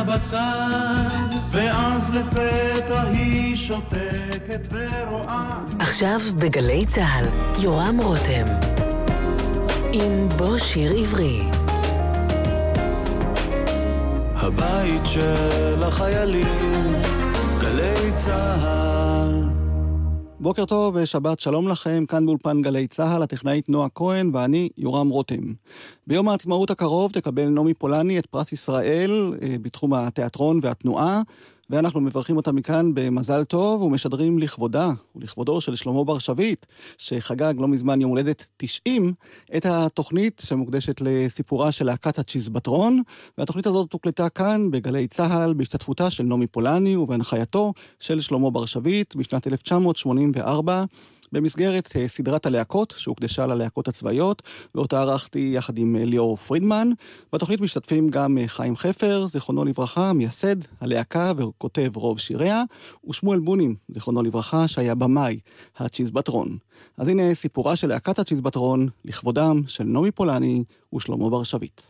בצד, ואז לפתע היא שותקת ורואה. עכשיו בגלי צהל, יורם רותם עם בו שיר עברי. הבית של החיילים, גלי צהל. בוקר טוב ושבת שלום לכם, כאן באולפן גלי צהל, הטכנאית נועה כהן ואני יורם רותם. ביום העצמאות הקרוב תקבל נעמי פולני את פרס ישראל בתחום התיאטרון והתנועה, ואנחנו מברכים אותה מכאן במזל טוב ומשדרים לכבודה ולכבודו של שלמה בר שביט, שחגג לא מזמן יום הולדת 90, את התוכנית שמוקדשת לסיפורה של להקת הצ'יזבטרון, והתוכנית הזאת תוקלטה כאן בגלי צהל בהשתתפותה של נעמי פולני ובהנחייתו של שלמה בר שביט בשנת 1984, במסגרת סדרת הלהקות שהוקדשה ללהקות הצבאיות, ואותה ערכתי יחד עם ליאור פרידמן. בתוכנית משתתפים גם חיים חפר, זיכרונו לברכה, מייסד הלהקה וכותב רוב שיריה, ושמואל בונים, זיכרונו לברכה, שהיה במאי הצ'יזבטרון. אז הנה סיפורה של להקת הצ'יזבטרון לכבודם של נעמי פולני ושלמה בר שביט.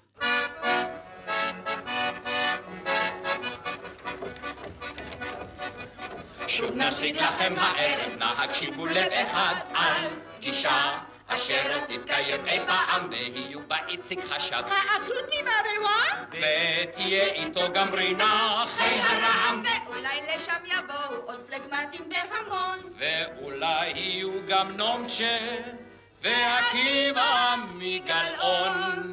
שוב נשיג לכם הערב, נא הקשיבו לב אחד על גישה אשר תתקיים אי פעם ויהיו בה איציק חשב האקלות מבאבלוון ותהיה איתו גם רינה אחרי הרעם ואולי לשם יבואו עוד פלגמטים בהמון ואולי יהיו גם נומצ'ה ועקיבא מגלעון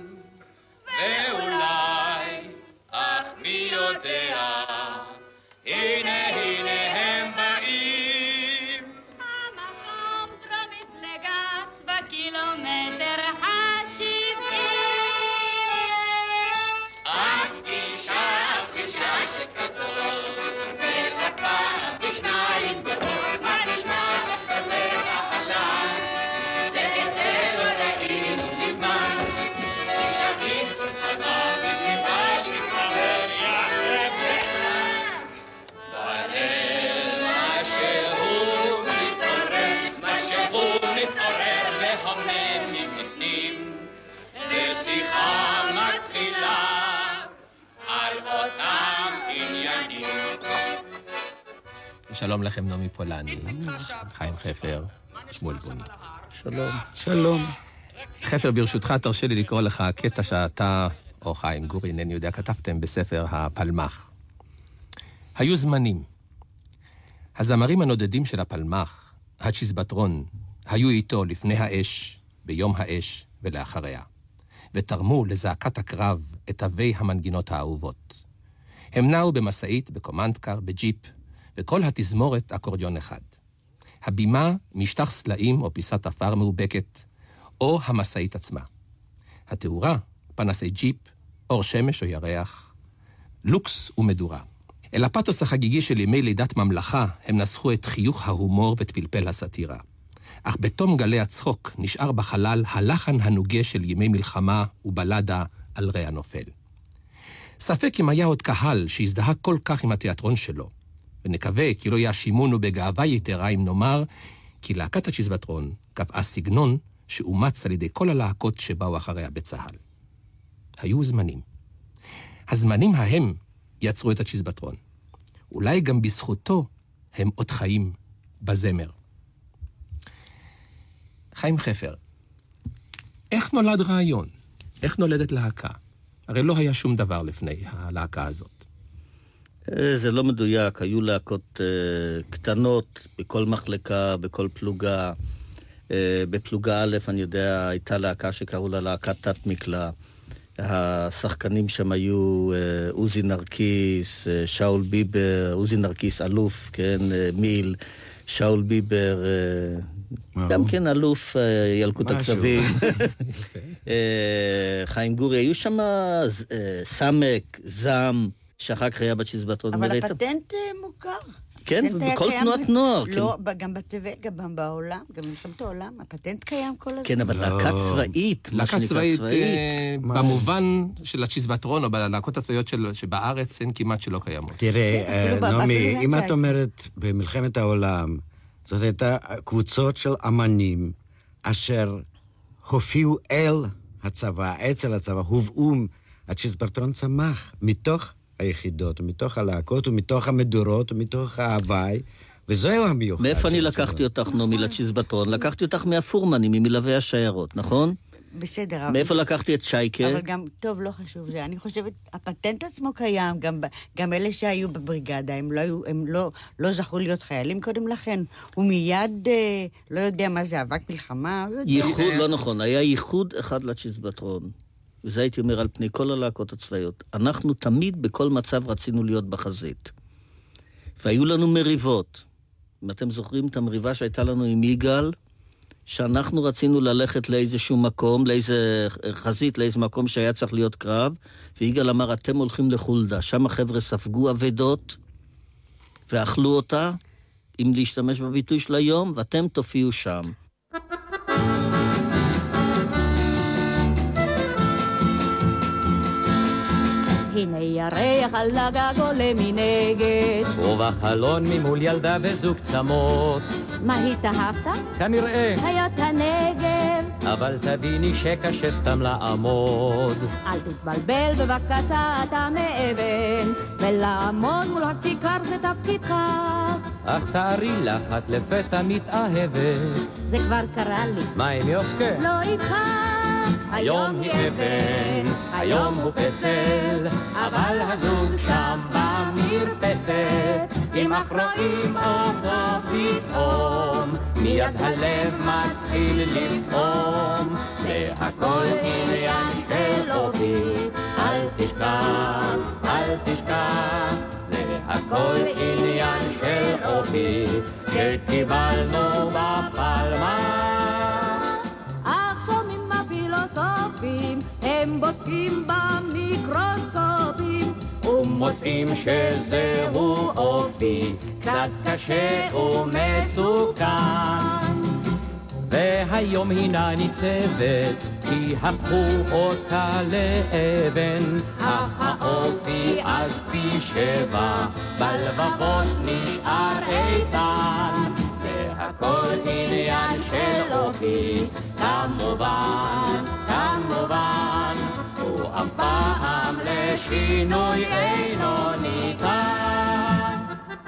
ואולי אך מי יודע הנה הם באים המקום דרומית לגץ בקילומטר ה-70 אך גישה שכזאת זה רק פעם ושניים בכל מה נשמע בלב החלל זה לא ראינו מזמן נתגיד חדש וכיבה שכבר יחרב מתעורר להומם מבפנים ושיחה מתחילה על אותם עניינים. שלום לכם נעמי פולני, חיים חפר, שמואל בוני. שלום. שלום. חפר, ברשותך תרשה לי לקרוא לך קטע שאתה או חיים גורי, אינני יודע, כתבתם בספר הפלמח. היו זמנים. הזמרים הנודדים של הפלמח, הצ'יזבטרון, היו איתו לפני האש, ביום האש ולאחריה, ותרמו לזעקת הקרב את אבי המנגינות האהובות. הם נעו במסעית, בקומנדקר, בג'יפ, וכל התזמורת אקורדיון אחד. הבימה, משטח סלעים או פיסת אפר מאובקת, או המסעית עצמה. התאורה, פנסי ג'יפ, אור שמש או ירח, לוקס ומדורה. אל הפתוס החגיגי של ימי לידת ממלכה, הם נסחו את חיוך ההומור ואת פלפל הסתירה. אך בתום גלי הצחוק נשאר בחלל הלחן הנוגה של ימי מלחמה ובלדה על רע נופל. ספק אם היה עוד קהל שהזדהה כל כך עם התיאטרון שלו, ונקווה כי לא יאשימונו בגאווה יתרה אם נאמר כי להקת הצ'יזבטרון קבעה סגנון שאומץ על ידי כל הלהקות שבאו אחריה בצהל. היו זמנים. הזמנים ההם יצרו את הצ'יזבטרון. אולי גם בזכותו הם עוד חיים בזמר. חיים חפר, איך נולד רעיון? איך נולדת להקה? הרי לא היה שום דבר לפני הלהקה הזאת. זה לא מדויק, היו להקות קטנות בכל מחלקה, בכל פלוגה. בפלוגה א', אני יודע, הייתה להקה שקראו לה להקת תת מקלה. השחקנים שם היו עוזי נרקיס, שאול ביבר, עוזי נרקיס אלוף, כן, מיל, שאול ביבר, גם כן אלוף ילקוט הכזבים, חיים גורי, היו שם סמק, זם, שאחר כך היה בצ'יזבטרון. אבל הפטנט מוכר. כן, בכל תנועת נוער. לא, גם בטבע, גם בעולם, גם במלחמת העולם, הפטנט קיים כל הזמן. כן, אבל להקה צבאית, להקה צבאית, במובן של הצ'יזבטרון, או בלהקות הצבאיות שבארץ, אין כמעט שלא קיימות. תראה, נעמי, אם את אומרת במלחמת העולם, זאת הייתה קבוצות של אמנים, אשר הופיעו אל הצבא, אצל הצבא, הובאו, הצ'יזבטרון צמח מתוך היחידות, ומתוך הלהקות, ומתוך המדורות, ומתוך ההוואי, וזהו המיוחד. מאיפה אני לקחתי אותך, נעמי, לצ'יזבטרון? לקחתי אותך מהפורמנים, ממלווי השיירות, נכון? בסדר. מאיפה לקחתי את שייקה? אבל גם, טוב, לא חשוב זה. אני חושבת, הפטנט עצמו קיים, גם אלה שהיו בבריגדה, הם לא זכו להיות חיילים קודם לכן. הוא מיד, לא יודע מה זה, אבק מלחמה. ייחוד, לא נכון, היה ייחוד אחד לצ'יזבטרון. וזה הייתי אומר על פני כל הלהקות הצבאיות. אנחנו תמיד בכל מצב רצינו להיות בחזית. והיו לנו מריבות. אם אתם זוכרים את המריבה שהייתה לנו עם יגאל, שאנחנו רצינו ללכת לאיזשהו מקום, לאיזה חזית, לאיזה מקום שהיה צריך להיות קרב, ויגאל אמר, אתם הולכים לחולדה. שם החבר'ה ספגו אבדות, ואכלו אותה, אם להשתמש בביטוי של היום, ואתם תופיעו שם. הנה ירח על הגג עולה מנגד, ובחלון ממול ילדה וזוג צמות. מה התאהבת? כנראה היה הנגב, אבל תביני שקשה סתם לעמוד. אל תתבלבל בבקשה, אתה מאבן, ולעמוד מול הכיכר זה תפקידך. אך תארי לך, את לפתע מתאהבת. זה כבר קרה לי. מה עם יוסקה? לא איתך. היום היא אבן, היום הוא פסל, אבל הזוג שם במרפסת. אם אך רואים אותו פתאום, מיד הלב מתחיל לפעום. זה הכל עניין של אופי, אל תשכח, אל תשכח. זה הכל עניין של אופי, שקיבלנו בפלמה. הם בודקים במיקרוסקופים ומוצאים שזהו אופי קצת קשה ומסוכן. והיום הינה ניצבת כי הפכו אותה לאבן, אך האופי אז פי 7 בלבבות נשאר איתן. זה הכל עניין של אופי, כמובן, כמובן, הוא אף פעם לשינוי אינו ניתן.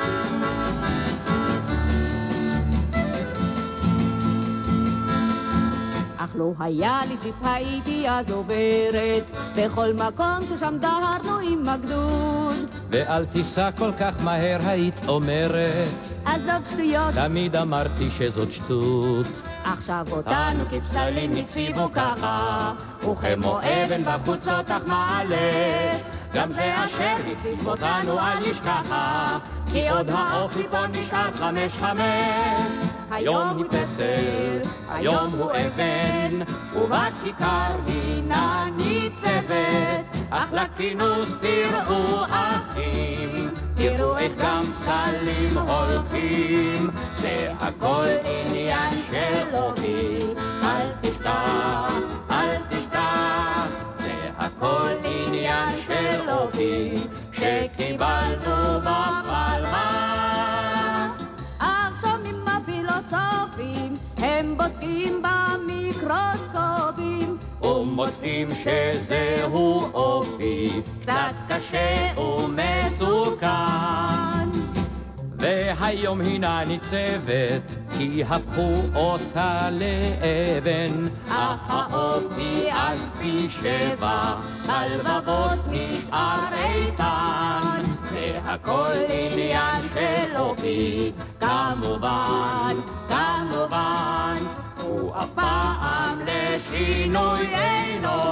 אך לא היה לי ציפ, הייתי אז עוברת בכל מקום ששם דהרנו עם הגדוד. ואל תיסע כל כך מהר היית אומרת, עזוב שטויות, תמיד אמרתי שזאת שטות. עכשיו אותנו כפסלים הציבו ככה, וכמו אבן בחוצות אך מעלה. גם זה אשר הציב אותנו אל ישכחה, כי עוד האופי פה נשאר 5-5. היום הוא פסל, היום הוא אבן, ובכיכר הינה ניצבת. אך לכינוס תראו אחים, תראו את גם פסלים הולכים. זה הכל עניין של אופי, אל תשכח, אל תשכח. זה הכל עניין של אופי, שקיבלנו בפלמה. עכשיו עם הפילוסופים, הם בודקים במיקרוסקופים ומוצאים שזהו אופי קצת קשה ומסוכן. והיום הינה ניצבת כי הפכו אותה לאבן, אך האופי אז פי 7 בלבבות נשאר איתן. זה הכל עניין של אופי, כמובן, כמובן, הוא אף פעם לשינוי אינו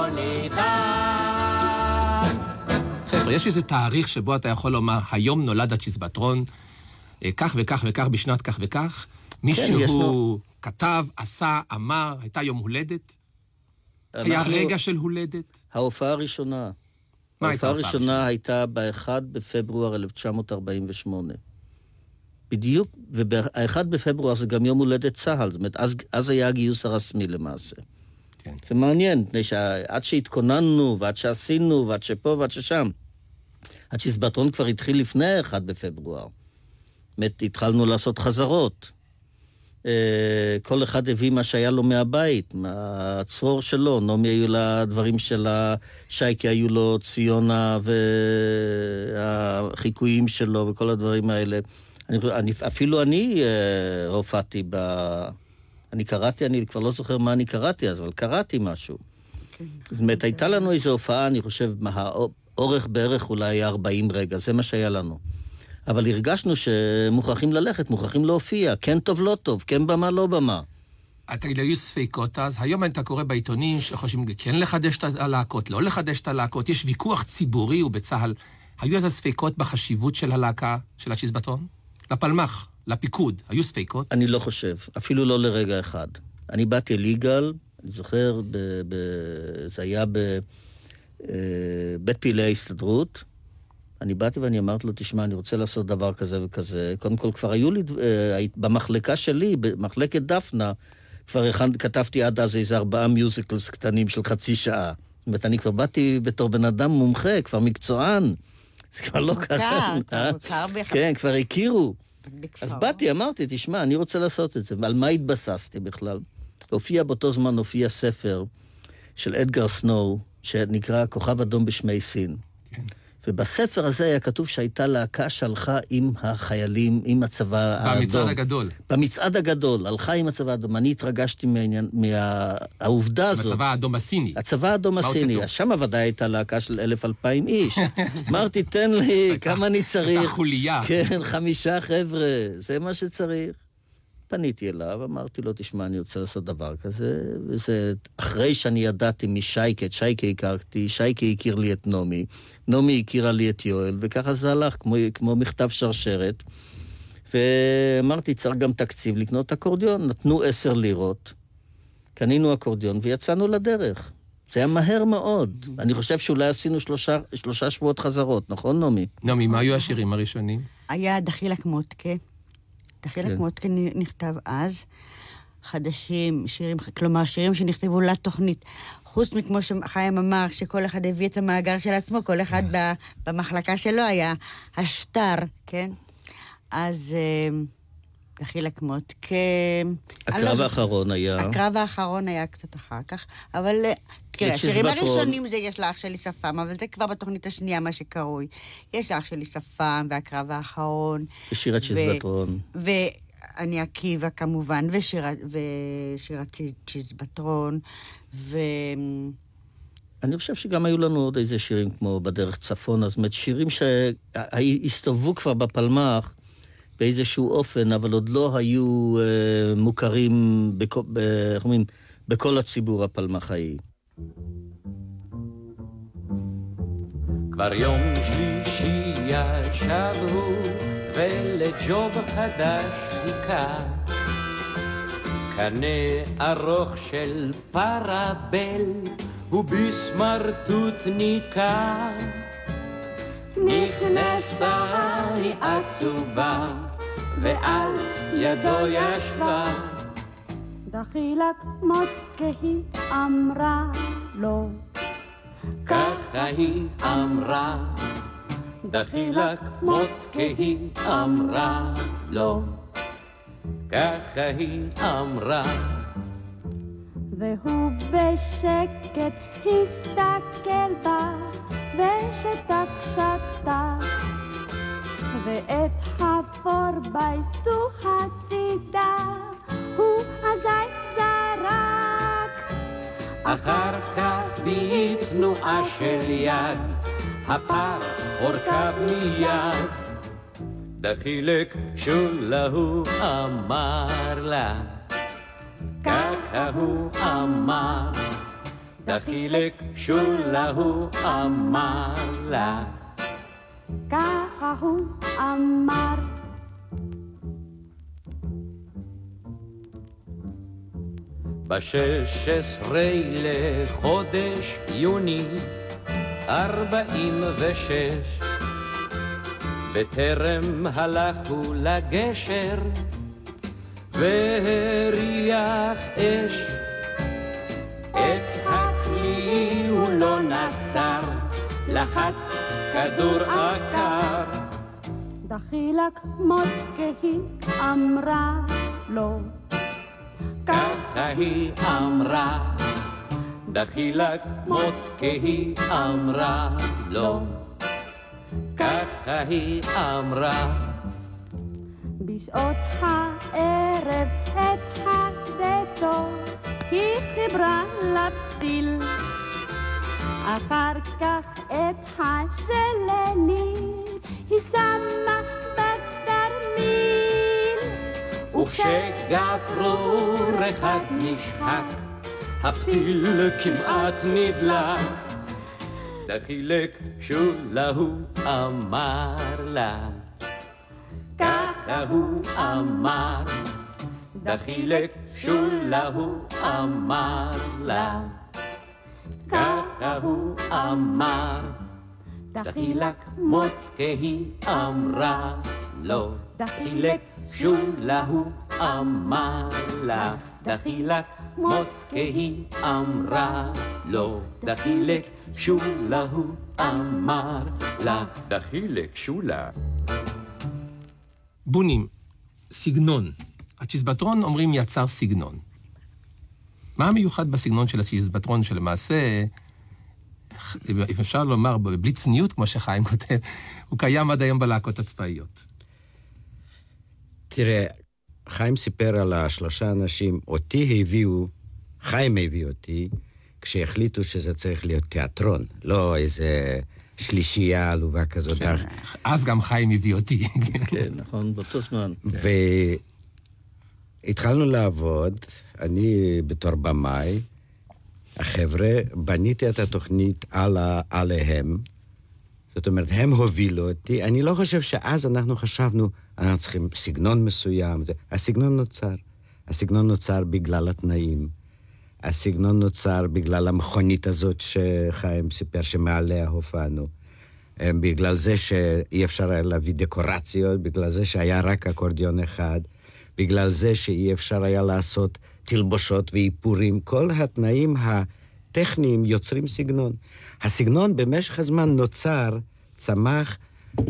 ניתן. חבר'ה, יש איזה תאריך שבו אתה יכול לומר, היום נולד הצ'יזבטרון, כך וכך וכך בשנת כך וכך, מישהו כתב, עשה, אמר, הייתה יום הולדת? היה רגע של הולדת? ההופעה הראשונה. ההופעה הראשונה הייתה ב-1 בפברואר 1948. בדיוק, וב-1 בפברואר זה גם יום הולדת צה"ל, זאת אומרת, אז היה הגיוס הרסמי למעשה. כן. זה מעניין, מפני שעד שהתכוננו, ועד שעשינו, ועד שפה, ועד ששם, הצ'יזבטרון כבר התחיל לפני 1 בפברואר. זאת אומרת, התחלנו לעשות חזרות. כל אחד הביא מה שהיה לו מהבית, מהצרור שלו. נעמי היו לה דברים שלה, שייקה היו לו ציונה והחיקויים שלו וכל הדברים האלה. אפילו אני הופעתי אני קראתי, אני כבר לא זוכר מה אני קראתי אז, אבל קראתי משהו. זאת אומרת, הייתה לנו איזו הופעה, אני חושב, אורך בערך אולי 40 רגע, זה מה שהיה לנו. אבל הרגשנו שמוכרחים ללכת, מוכרחים להופיע, כן טוב, לא טוב, כן במה, לא במה. אתה היו ספיקות אז, היום אתה קורא בעיתונים שחושבים כן לחדש את הלהקות, לא לחדש את הלהקות, יש ויכוח ציבורי ובצהל. היו את הספיקות בחשיבות של הלהקה, של הצ'יזבטרון? לפלמח, לפיקוד, היו ספיקות? אני לא חושב, אפילו לא לרגע אחד. אני באתי ליגל, אני זוכר, זה היה בבית פעילי ההסתדרות, אני באתי ואני אמרתי לו, תשמע, אני רוצה לעשות דבר כזה וכזה. קודם כל, כבר היו לי, במחלקה שלי, במחלקת דפנה, כבר כתבתי עד אז איזה 4 מיוזיקלס קטנים של חצי שעה. זאת אומרת, אני כבר באתי בתור בן אדם מומחה, כבר מקצוען. זה כבר לא קרה. כן, כבר הכירו. אז באתי, אמרתי, תשמע, אני רוצה לעשות את זה. על מה התבססתי בכלל? באותו זמן הופיע ספר של אדגר סנואו, שנקרא כוכב אדום בשמי סין. ובספר הזה היה כתוב שהייתה להקה שהלכה עם החיילים, עם הצבא האדום. במצעד הגדול. במצעד הגדול, הלכה עם הצבא האדום. אני התרגשתי מהעובדה הזאת. הצבא האדום הסיני. הצבא האדום הסיני. אז שם ודאי הייתה להקה של 1,000-2,000 איש. אמרתי, תן לי, כמה אני צריך. הייתה חוליה. כן, 5 חבר'ה, זה מה שצריך. פניתי אליו, אמרתי לו, תשמע, אני רוצה לעשות דבר כזה, וזה אחרי שאני ידעתי משייקה, את שייקה הכרתי, שייקה הכיר לי את נעמי, נעמי הכירה לי את יואל, וככה זה הלך, כמו מכתב שרשרת, ואמרתי, צריך גם תקציב לקנות אקורדיון, נתנו 10 לירות, קנינו אקורדיון ויצאנו לדרך. זה היה מהר מאוד. אני חושב שאולי עשינו 3 שבועות חזרות, נכון, נעמי? נעמי, מה היו השירים הראשונים? היה דחילק מוטקה. דחילק מוטקה נכתב אז, חדשים, שירים, כלומר, שירים שנכתבו לתוכנית. חוץ מכמו שחיים אמר, שכל אחד הביא את המאגר של עצמו, כל אחד במחלקה שלו היה השטר, כן? אז דחילק מוטקה... הקרב האחרון היה... הקרב האחרון היה קצת אחר כך, אבל... תראה, השירים הראשונים זה יש לאח שלי שפם, אבל זה כבר בתוכנית השנייה מה שקרוי. יש לאח שלי שפם, והקרב האחרון. ושירת צ'יזבטרון. ואני עקיבא כמובן, ושירת צ'יזבטרון, אני חושב שגם היו לנו עוד איזה שירים כמו בדרך צפון, זאת אומרת שירים שהסתובבו כבר בפלמח באיזשהו אופן, אבל עוד לא היו מוכרים בכל הציבור הפלמחאי. כבר יום שלישי ישב הוא ולג'וב חדש חיכה, קנה ארוך של פרבל ובסמרטוט ניקה, נכנסה היא עצובה ועל ידו ישבה, דחילק מוטקה היא אמרה לו, ככה היא אמרה, דחילק מוטקה היא אמרה לו, ככה היא אמרה. והוא בשקט הסתכל בה ושתק שתה, ואת חפור ביתו הצידה הוא אזי זרק. אחר כך בתנועה של יד הפר הורכב מיד, דחילק שולה הוא אמר לה, ככה הוא אמר, דחילק שולה הוא אמר לה, ככה הוא אמר. ב-16 לחודש יוני 46, בטרם הלכו לגשר והריח אש, את הכלי הוא לא נצר, לחץ כדור עקר, דחילק מוטקה היא אמרה לו, ככה היא אמרה, דחילק מות כהיא אמרה לו, ככה היא אמרה. בשעות הערב את הדתו היא חיברה לפתיל, אחר כך את השלנית היא שמה בתרמיל, וכשגפרור אחד נשחק הפתיל כמעט נדלק, דחילק שולה הוא אמר לה, ככה הוא אמר, דחילק שולה הוא אמר לה, ככה הוא אמר, דחילק מות כהיא אמרה לו, דחילק שולה הוא אמר לה, דחילק מות כהיא אמרה לו, דחילק שולה הוא אמר לה, דחילק שולה. בונים, סגנון. הצ'יזבטרון אומרים יצר סגנון. מה המיוחד בסגנון של הצ'יזבטרון שלמעשה, אם אפשר לומר בלי צניעות כמו שחיים כותב, הוא קיים עד היום בלהקות הצבאיות? תראה, חיים סיפר על השלושה אנשים, אותי הביאו, חיים הביא אותי, כשהחליטו שזה צריך להיות תיאטרון, לא איזה שלישייה עלובה כזאת. אז גם חיים הביא אותי. כן, נכון, באותו זמן. והתחלנו לעבוד, אני בתור במאי, החבר'ה, בניתי את התוכנית עליהם, זאת אומרת, הם הובילו אותי, אני לא חושב שאז אנחנו חשבנו, אנחנו צריכים סגנון מסוים, הסגנון נוצר. הסגנון נוצר בגלל התנאים, הסגנון נוצר בגלל המכונית הזאת שחיים סיפר שמעליה הופענו, בגלל זה שאי אפשר היה להביא דקורציות, בגלל זה שהיה רק אקורדיון אחד, בגלל זה שאי אפשר היה לעשות תלבושות ואיפורים, כל התנאים הטכניים יוצרים סגנון. הסגנון במשך הזמן נוצר, צמח,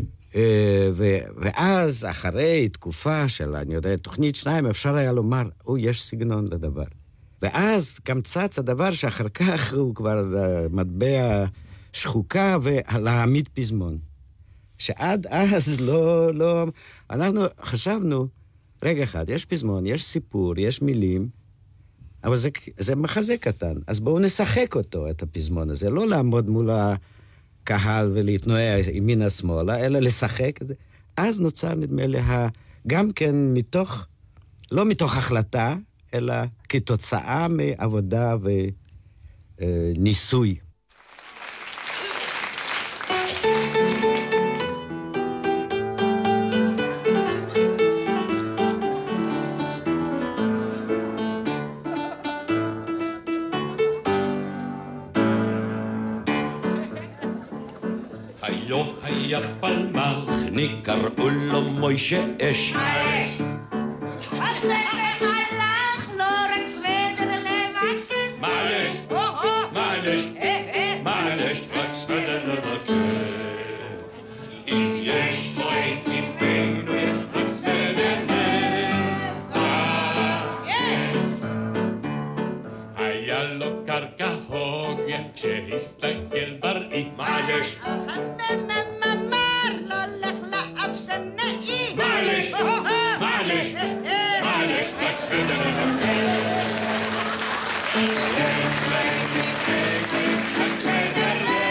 ואז אחרי תקופה של, אני יודע, תוכנית 2, אפשר היה לומר, יש סגנון לדבר. ואז גם צץ הדבר שאחר כך הוא כבר מטבע שחוקה ולהעמיד פזמון. שעד אז לא... אנחנו חשבנו, רגע אחד, יש פזמון, יש סיפור, יש מילים, אבל זה מחזה קטן. אז בואו נשחק אותו, את הפזמון הזה. לא לעמוד מול הקהל ולהתנועע ימינה שמאלה, אלא לשחק את זה. אז נוצר, נדמה לי, גם כן מתוך, לא מתוך החלטה, אלא כתוצאה מעבודה וניסוי. היה פלמח, קראו לו מוישה אש. הלך לו רק סוודר לבקש. מעלש, רק סוודר לבקש. אם יש לו אם אין, יש רק סוודר לבקש. היה לו קרקע הוגן, כשהסתכל בראי. מעלש. מעלש, רק סוודר לבקש. רק סוודר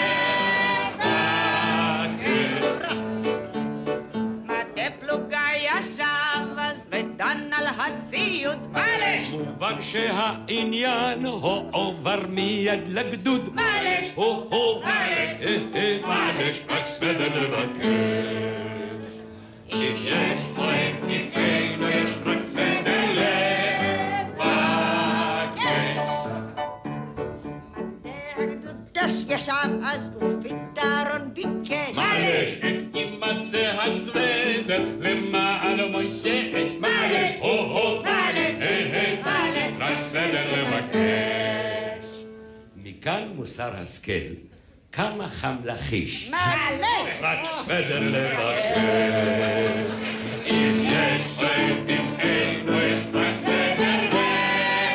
לבקש. מטה פלוגה ישב אז ודן על הציוד. מעלש. מובן שהעניין עובר מיד לגדוד. מעלש. מעלש, רק סוודר לבקש. אם יש או אם אין, יש רק סוודר לבקש. מטה ישב אז ופתרון ביקש. מעלש, אם יימצא הסוודר למען מוישה אש. מעלש, רק סוודר לבקש. מכאן מוסר השכל, כמה חם לחיש. מעלש, רק סוודר לבקש. אם יש או אם אין, יש רק סוודר לבקש.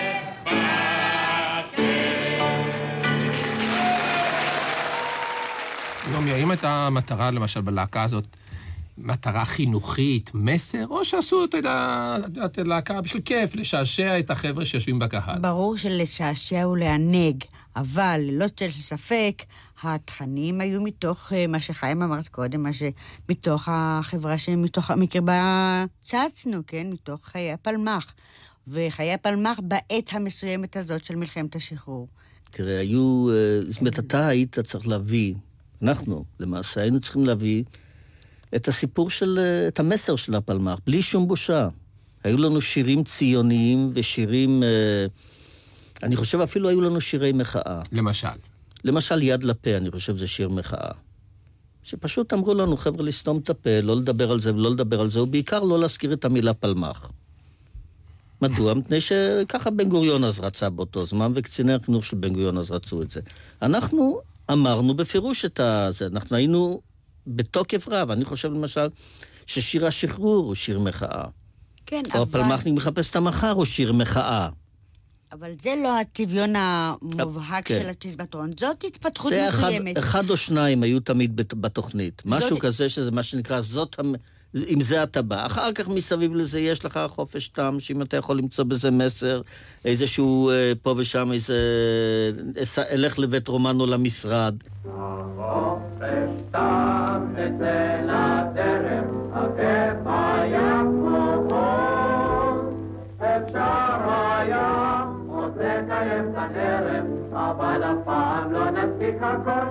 הייתה מטרה, למשל, בלהקה הזאת, מטרה חינוכית, מסר, או שעשו את הלהקה בשביל כיף, לשעשע את החבר'ה שיושבים בקהל? ברור שלשעשע ולענג, אבל לא צריך ספק, התכנים היו מתוך מה שחיים אמרת קודם, מתוך החברה שמתוך מקרבה צצנו, כן? מתוך חיי הפלמ"ח. וחיי הפלמ"ח בעת המסוימת הזאת של מלחמת השחרור. תראה, זאת אומרת, אתה היית צריך להביא, אנחנו למעשה היינו צריכים להביא את הסיפור את המסר של הפלמ"ח, בלי שום בושה. היו לנו שירים ציוניים ושירים, אני חושב אפילו היו לנו שירי מחאה. למשל יד לפה, אני חושב זה שיר מחאה. שפשוט אמרו לנו, חבר'ה, לסתום את הפה, לא לדבר על זה ולא לדבר על זה, ובעיקר לא להזכיר את המילה פלמ"ח. מדוע? מפני שככה בן גוריון אז רצה באותו זמן, וקציני החינוך של בן גוריון אז רצו את זה. אנחנו אמרנו בפירוש את זה, אנחנו היינו בתוקף רב. אני חושב למשל ששיר השחרור הוא שיר מחאה. כן, או הפלמ"חניק מחפש את המחר הוא שיר מחאה. אבל זה לא הטבעון המובהק של הצ'יזבטרון, זאת התפתחות מסוימת. אחד או שניים היו תמיד בתוכנית. משהו כזה שזה מה שנקרא, עם זה אתה בא. אחר כך מסביב לזה יש לך חופש טעם, שאם אתה יכול למצוא בזה מסר, איזשהו פה ושם, אלך לבית רומנו למשרד. חופש טעם נצא לדרך, הכיף היה כמו אפשר היה עוד לקיים כאן ערב, אבל אף פעם לא נספיק הכל.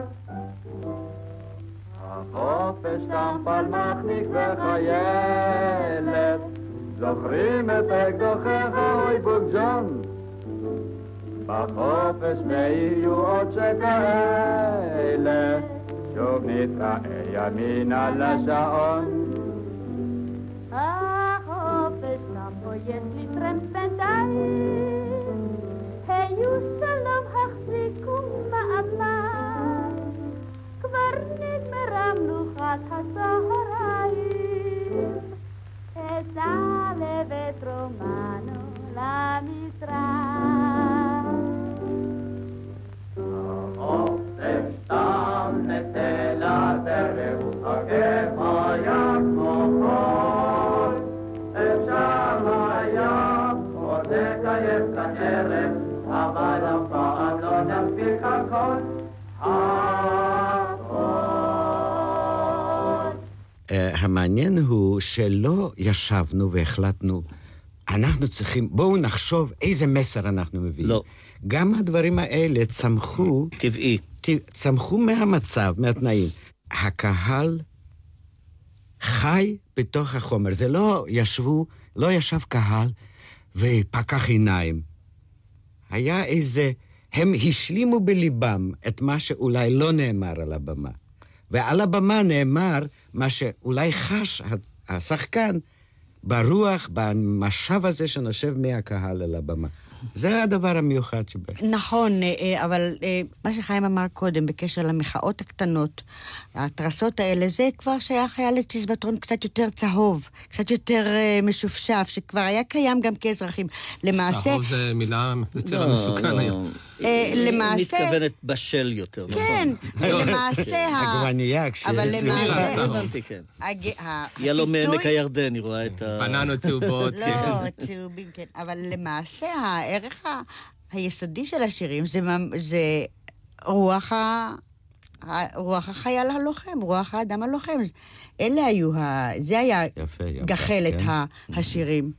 החופש טעם פלמ"חניק וחיילת, זוכרים את אקדוחך אוי בוג'ון, בחופש ויהיו עוד שכאלה, שוב נתראה ימין על השעון. החופש טעם פה יש לי טרמפ בינתיים, היו שלום החזיקו מעמד, כבר נגמרה מנוחת הצהריים, אצא לבית רומנו למשרד. החופש טעם נצא לדרך, הכיף היה כמו חול, אפשר היה עוד לקיים כאן ערב, אבל אף פעם לא נספיק הכל. המעניין הוא שלא ישבנו והחלטנו, אנחנו צריכים, בואו נחשוב איזה מסר אנחנו מביאים. לא. גם הדברים האלה צמחו... טבעי. צמחו מהמצב, מהתנאים. הקהל חי בתוך החומר. זה לא ישב קהל ופקח עיניים. היה איזה... הם השלימו בליבם את מה שאולי לא נאמר על הבמה. ועל הבמה נאמר מה שאולי חש השחקן ברוח, במשב הזה שנושב מהקהל על הבמה. זה הדבר המיוחד שבהם. נכון, אבל מה שחיים אמר קודם, בקשר למחאות הקטנות, התרסות האלה, זה כבר שייך היה לצ'יזבטרון קצת יותר צהוב, קצת יותר משופשף, שכבר היה קיים גם כאזרחים. למעשה... צהוב זה מילה, זה צבע מסוכן היום. למעשה... מתכוונת בשל יותר, נכון? כן, למעשה... הגווניה, כשזה... אבל למעשה... הבנתי, כן. יהיה לו מעמק הירדן, היא רואה את ה... בננות צהובות. לא, צהובים, כן. אבל למעשה הערך היסודי של השירים זה רוח החייל הלוחם, רוח האדם הלוחם. אלה היו, זה היה גחלת השירים.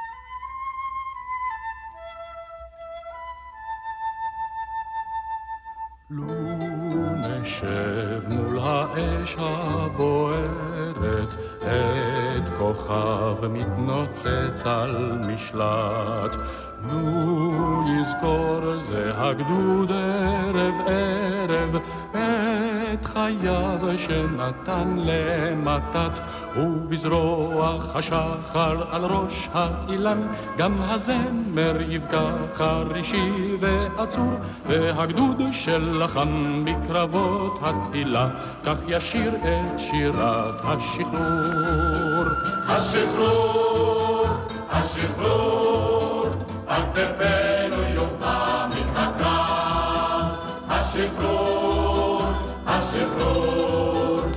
לו נשב מול האש הבוערת, את כוכב מתנוצץ על משלט, לו יזכור זה הגדוד ערב ערב, את חייו שנתן למתת, ובזרוח השחר על ראש האילן, גם הזמר יבקע חרישי ועצור, והגדוד שלחם בקרבות התהילה, כך ישיר את שירת השחרור. השחרור, השחרור, על כתפינו יוקע מן הקרב. השחרור, השחרור,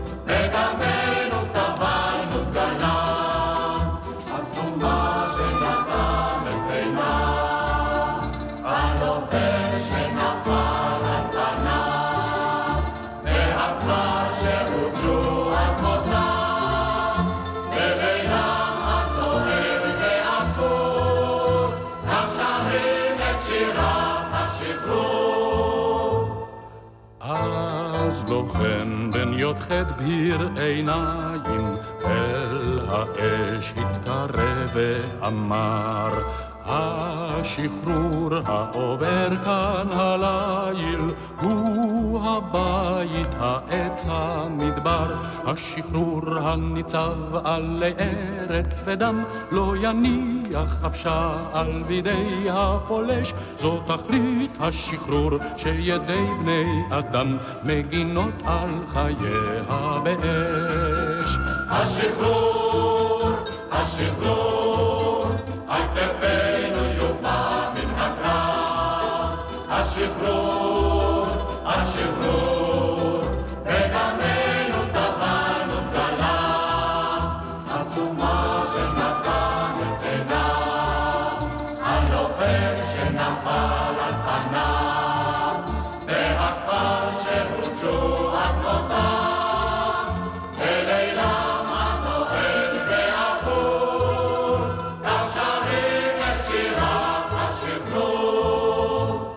לוחם בן י"ח בהיר עיניים, אל האש התקרב ואמר, השחרור העובר כאן הליל הוא הבית, העץ, המדבר, השחרור הניצב עלי ארץ ודם לא יניח חפשעל בידי הפולש, זו תכלית השחרור שידי בני אדם מגינות על חייה באש. השחרור, השחרור, על כתפינו יומה מן הקרב, השחרור, השחרור, בדמנו טבענו גלה, הסומה שנתן את עיניו, הלוחם שנפל על פניו, והכפר שהוצ'ו עד מותם, בלילה מזוהר ועבור, כך שרים את שירת השחרור.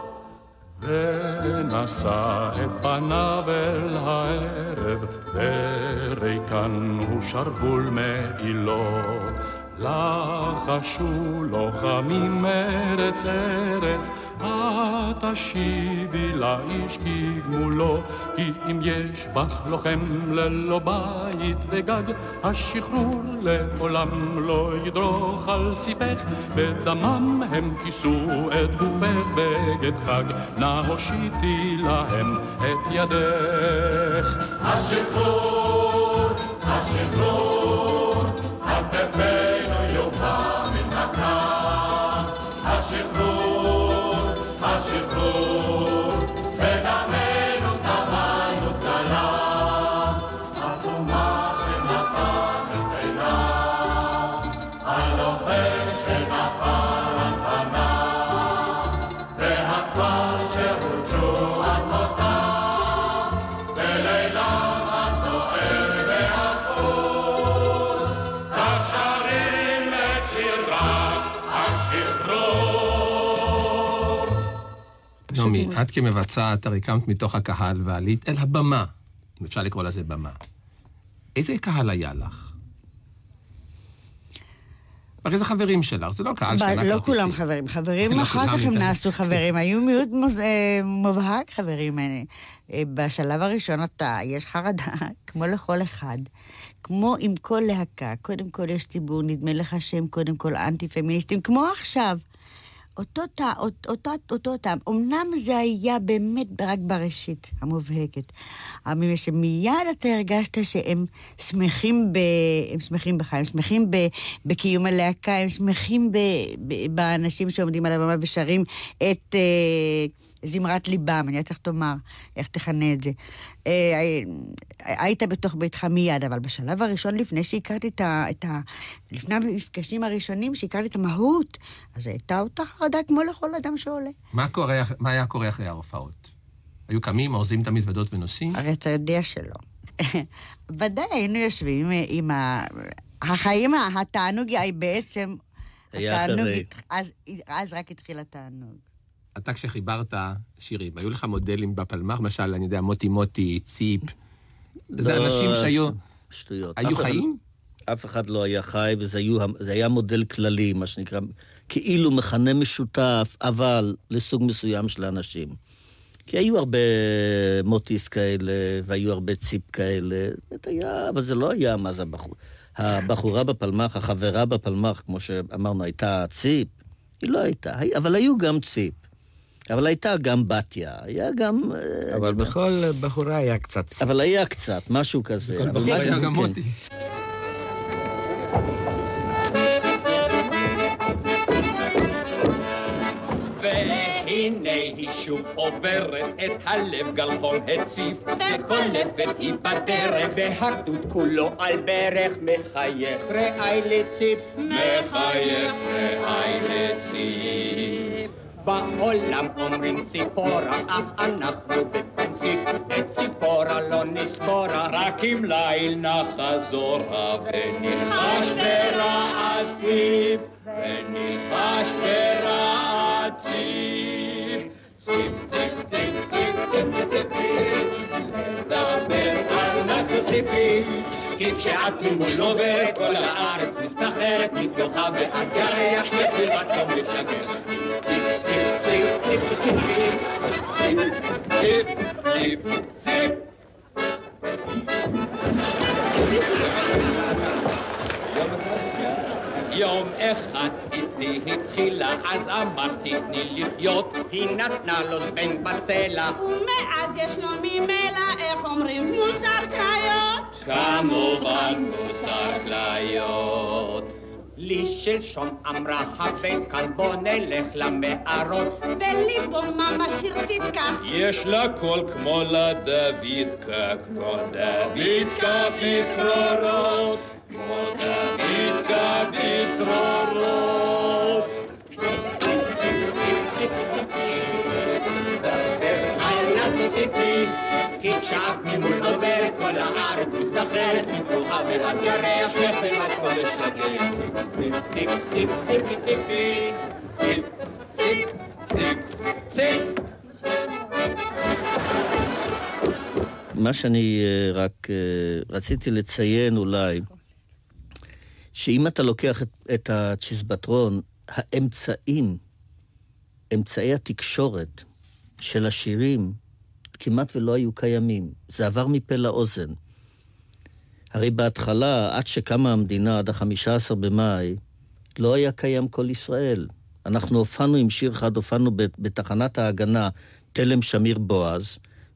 ונשא את פניו אל הערב, וריקן הוא שרוול מעילו, לחשו לוחמים ארץ ארץ, תשיבי לאיש כגמולו, כי אם יש בך לוחם ללא בית וגג, השחרור לעולם לא ידרוך על סיפך, בדמם הם כיסו את גופך בגד חג, נא הושיטי להם את ידך. השחרור, השחרור, על כתפינו יומה מן הקרב, השחרור, השחרור, בדמנו טבענו גדלה, הסומה שנתן את עיניו, הלוחם שנפל על פניו, והכפר שהוצ'ו עד מותם, בלילה הזוהר והחוץ, כך שרים את שירת השחרור. נעמי, את כמבצעת הרקמת מתוך הקהל ועלית אל הבמה, אם אפשר לקרוא לזה במה. איזה קהל היה לך? הרי זה חברים שלך, זה לא קהל שקנה כרטיסים. לא כולם חברים. חברים אחר כך הם נעשו חברים. היו מיעוט מובהק חברים. בשלב הראשון יש חרדה, כמו לכל אחד. כמו עם כל להקה. קודם כל יש ציבור, נדמה לך שהם קודם כל אנטי-פמיניסטים, כמו עכשיו. אותו טעם. אמנם זה היה באמת רק בראשית המובהקת. אבל שמיד אתה הרגשת שהם שמחים בך, הם שמחים בקיום הלהקה, הם שמחים באנשים שעומדים על הבמה ושרים את זמרת ליבם, אני יודעת איך תאמר, איך תכנה את זה. היית בתוך ביתך מיד, אבל בשלב הראשון, לפני שהכרתי לפני המפגשים הראשונים, שהכרתי את המהות, אז הייתה אותה חרדה כמו לכל אדם שעולה. מה היה קורה אחרי ההופעות? היו קמים, אורזים את המזוודות ונוסעים? הרי אתה יודע שלא. ודאי היינו יושבים עם החיים, התענוג בעצם... היה אחרי. אז רק התחיל התענוג. אתה כשחיברת שירים, היו לך מודלים בפלמ"ח, למשל, אני יודע, מוטי, ציפ, זה אנשים שהיו... שטויות. היו חיים? אף אחד לא היה חי, וזה היה מודל כללי, מה שנקרא, כאילו מכנה משותף, אבל לסוג מסוים של האנשים. כי היו הרבה מוטיס כאלה, והיו הרבה ציפ כאלה, אבל זה לא היה מה זה הבחורה בפלמ"ח, החברה בפלמ"ח, כמו שאמרנו, הייתה ציפ, היא לא הייתה, אבל היו גם ציפ. אבל הייתה גם בתיה, היה גם... אבל בכל בחורה היה קצת ציפ. אבל היה קצת, משהו כזה. בכל בחורה היה גם מוטי. והנה היא שוב עוברת את הלב גלחון הציף, וכל לפת היא בדרך, והגדוד כולו על ברך, מחייך רעי לציפ, מחייך רעי לציפ. בעולם אומרים ציפורה, אך אנחנו בפנסיק, את ציפורה לא נזכורה, רק אם ליל נחזורה, ונלחש ברעת ציפ, ונלחש ברעת ציפ. ציפ, ציפ, ציפ, ציפ, ציפ, ציפ, ציפ, תוסיפי, כי כשאת ממול עוברת כל הארץ מסתחררת מתוכה ואת ירח יחירת לא משגר. ציפ ציפ ציפ ציפ ציפ ציפ ציפ יום אחד איתי התחילה, אז אמרתי תני לחיות, היא נתנה לו זבנג בצלע, ומאז יש לו ממילא, איך אומרים, מוסר כליות? כמובן מוסר כליות. לי שלשום אמרה הבן כאן בוא נלך למערות, וליבו ממש הרתיקה, יש לה קול כמו לדוידקה, כמו דוידקה בצרורות, כמו דוידקה בצרורות. אל נא תוסיפי, כי כשאת ממול עוברת כל הארץ מסתחררת מתוכה ואת ירח שפלת כל השגרת. ציפ ציפ ציפ ציפ ציפי ציפ ציפ ציפ ציפ. מה שאני רק רציתי לציין אולי, שאם אתה לוקח את הצ'יזבטרון, אמצעי התקשורת של השירים כמעט ולא היו קיימים. זה עבר מפה לאוזן. הרי בהתחלה, עד שקמה המדינה, עד ה-15 במאי, לא היה קיים כל ישראל. אנחנו הופענו עם שיר אחד, הופענו בתחנת ההגנה, תלם שמיר בועז,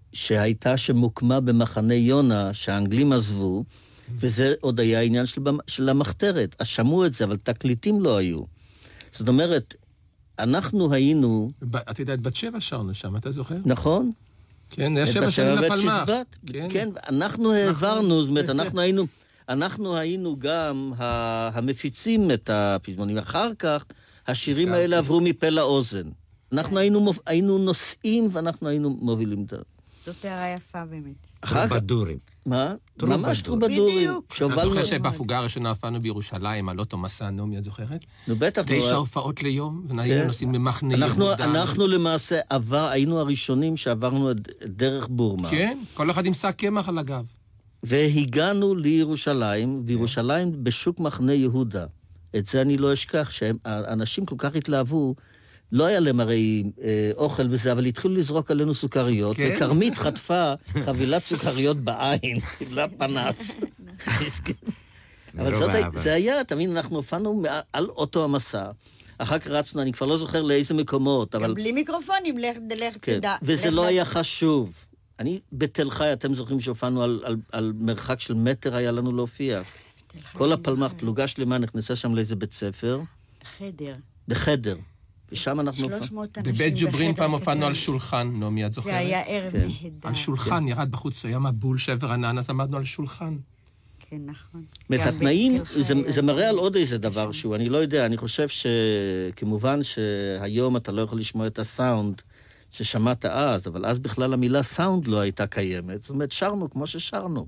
שמוקמה במחנה יונה, שהאנגלים עזבו, וזה עוד היה עניין של המחתרת. אז שמעו את זה, אבל תקליטים לא היו. זאת אומרת, אנחנו היינו... את יודעת, בת שבע שרנו שם, אתה זוכר? נכון. כן, היה 7 שנים לפלמ"ח. כן, אנחנו העברנו, זאת אומרת, אנחנו היינו גם המפיצים את הפזמונים. אחר כך, השירים האלה עברו מפה לאוזן. אנחנו היינו נוסעים, ואנחנו היינו מובילים את זה. זאת הערה יפה באמת. טרובדורים. מה? ממש טרובדורים. בדיוק. אתה זוכר שבהפוגה הראשונה הופענו בירושלים, על אוטו מסע נעמי, את זוכרת? נו בטח. 9 הופעות ליום, והיינו נוסעים במחנה יהודה. אנחנו למעשה היינו הראשונים שעברנו דרך בורמה. כן, כל אחד עם שק קמח על הגב. והגענו לירושלים, וירושלים בשוק מחנה יהודה. את זה אני לא אשכח, שהאנשים כל כך התלהבו, לא היה להם הרי אוכל וזה, אבל התחילו לזרוק עלינו סוכריות, וכרמית חטפה חבילת סוכריות בעין, קיבלה פנס. אבל זה היה, תמיד אנחנו הופענו על אוטו המסע, אחר כך רצנו, אני כבר לא זוכר לאיזה מקומות, אבל... גם בלי מיקרופונים, לך תדע. וזה לא היה חשוב. אני בתל חי, אתם זוכרים שהופענו על מרחק של מטר היה לנו להופיע. כל הפלמ"ח, פלוגה שלמה, נכנסה שם לאיזה בית ספר. בחדר. ושם אנחנו... 300 אנשים בבית ג'וברין פעם הופענו על שולחן, נעמי, את זוכרת? זה היה ערב נהדר. על שולחן, ירד בחוץ, היה מבול שבר ענן, אז עמדנו על שולחן. כן, נכון. התנאים, זה מראה על עוד איזה דבר שהוא, אני לא יודע, אני חושב שכמובן שהיום אתה לא יכול לשמוע את הסאונד ששמעת אז, אבל אז בכלל המילה סאונד לא הייתה קיימת, זאת אומרת, שרנו כמו ששרנו.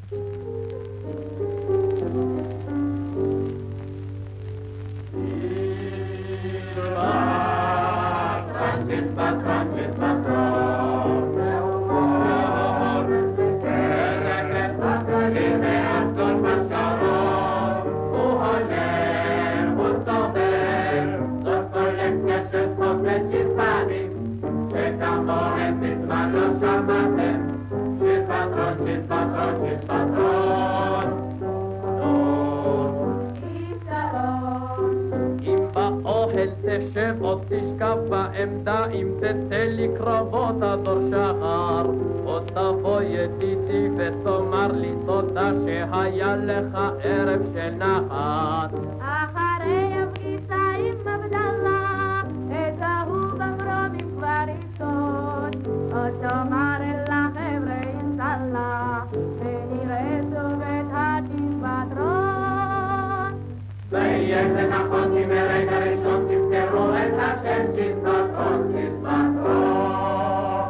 תשב עוד תשכב בעמדה אם תצא לקרבות הדור שחר עוד תבוא ידידי ותאמר לי תודה שהיה לך ערב של נחת אחרי הפגישה עם עבדאללה את ההוא במרומים כבר ישתות עוד תאמר אל החבר'ה אינסאללה ונראה שוב את הצ'יזבטרון ויהיה זה נכון כי מרגע ראשון תזכרו את השם צ'יזבטרון, צ'יזבטרון.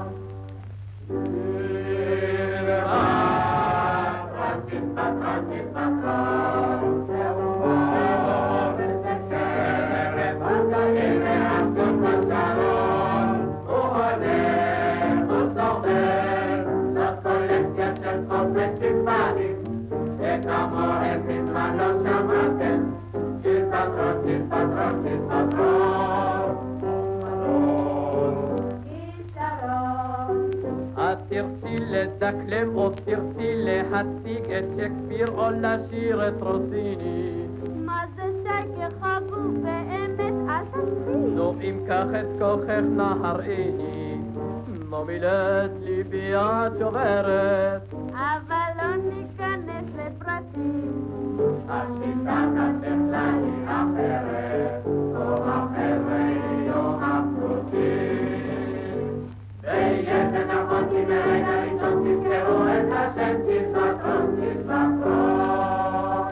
צ'יזבטרון, צ'יזבטרון, זהו אור, ושרף הגליל והסון בשרון, הוא הולך, הוא סוחר, זאת קולקציה של חוף וצ'יזבטים. לדקלם או תרצי להציג את שקפיר או לשיר את רוסיני. מה זה שייקה חבוב באמת אל תצפי? נו אם כך את כוחך נהראיני, נו מילאת ליבי את שוברת, אבל לא ניכנס לפרטים. השיטה כתבלה היא אחרת, או החבר'ה יאהבו אותי. ויש זה נכון כי ברגע ראשון תזכרו את השם תזכרון, תזכרון.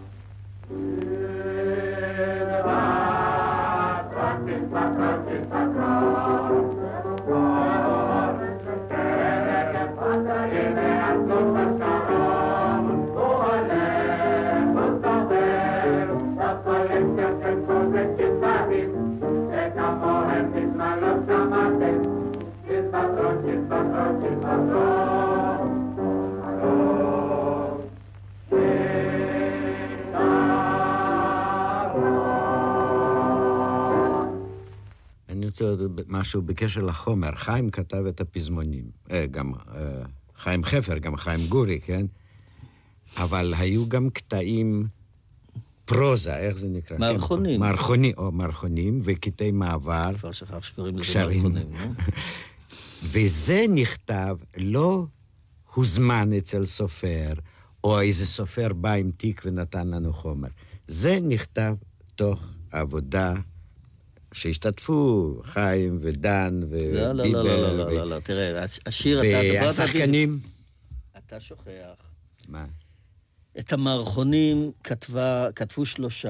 תזכרון, תזכרון, תזכרון. כרב פתרים ועצות השעון, הוא הולך, הוא סובר, בפרויקציה של קובץ שצרים, שכמוהם מזמן לא שמעתם. תזכרון, תזכרון, תזכרון. אני רוצה עוד משהו בקשר לחומר. חיים כתב את הפזמונים, גם חיים חפר, גם חיים גורי, כן? אבל היו גם קטעים פרוזה, איך זה נקרא? מערכונים. מערכונים וקטעי מעבר. כבר שכח שקוראים לזה מערכונים, נו? וזה נכתב, לא הוזמן אצל סופר, או איזה סופר בא עם תיק ונתן לנו חומר. זה נכתב תוך עבודה שהשתתפו חיים ודן וביבר. לא, תראה, השיר והשחקנים. אתה שוכח. מה? את המערכונים כתבו 3.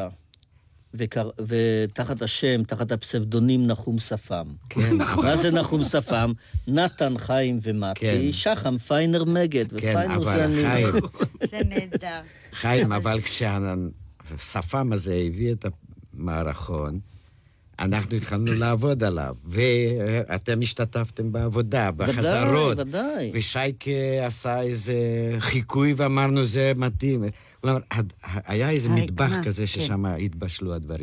ותחת השם, תחת הפסבדונים נחום שפם. כן, נכון. מה זה נחום שפם? נתן, חיים ומתי, שחם, פיינר מגד, ופיינר זה אני. זה נהדר. חיים, אבל כשהשפם הזה הביא את המערכון, אנחנו התחלנו לעבוד עליו, ואתם השתתפתם בעבודה, בחזרות. ודאי. ושייקה עשה איזה חיקוי ואמרנו זה מתאים. כלומר, היה איזה מטבח כזה ששם התבשלו הדברים.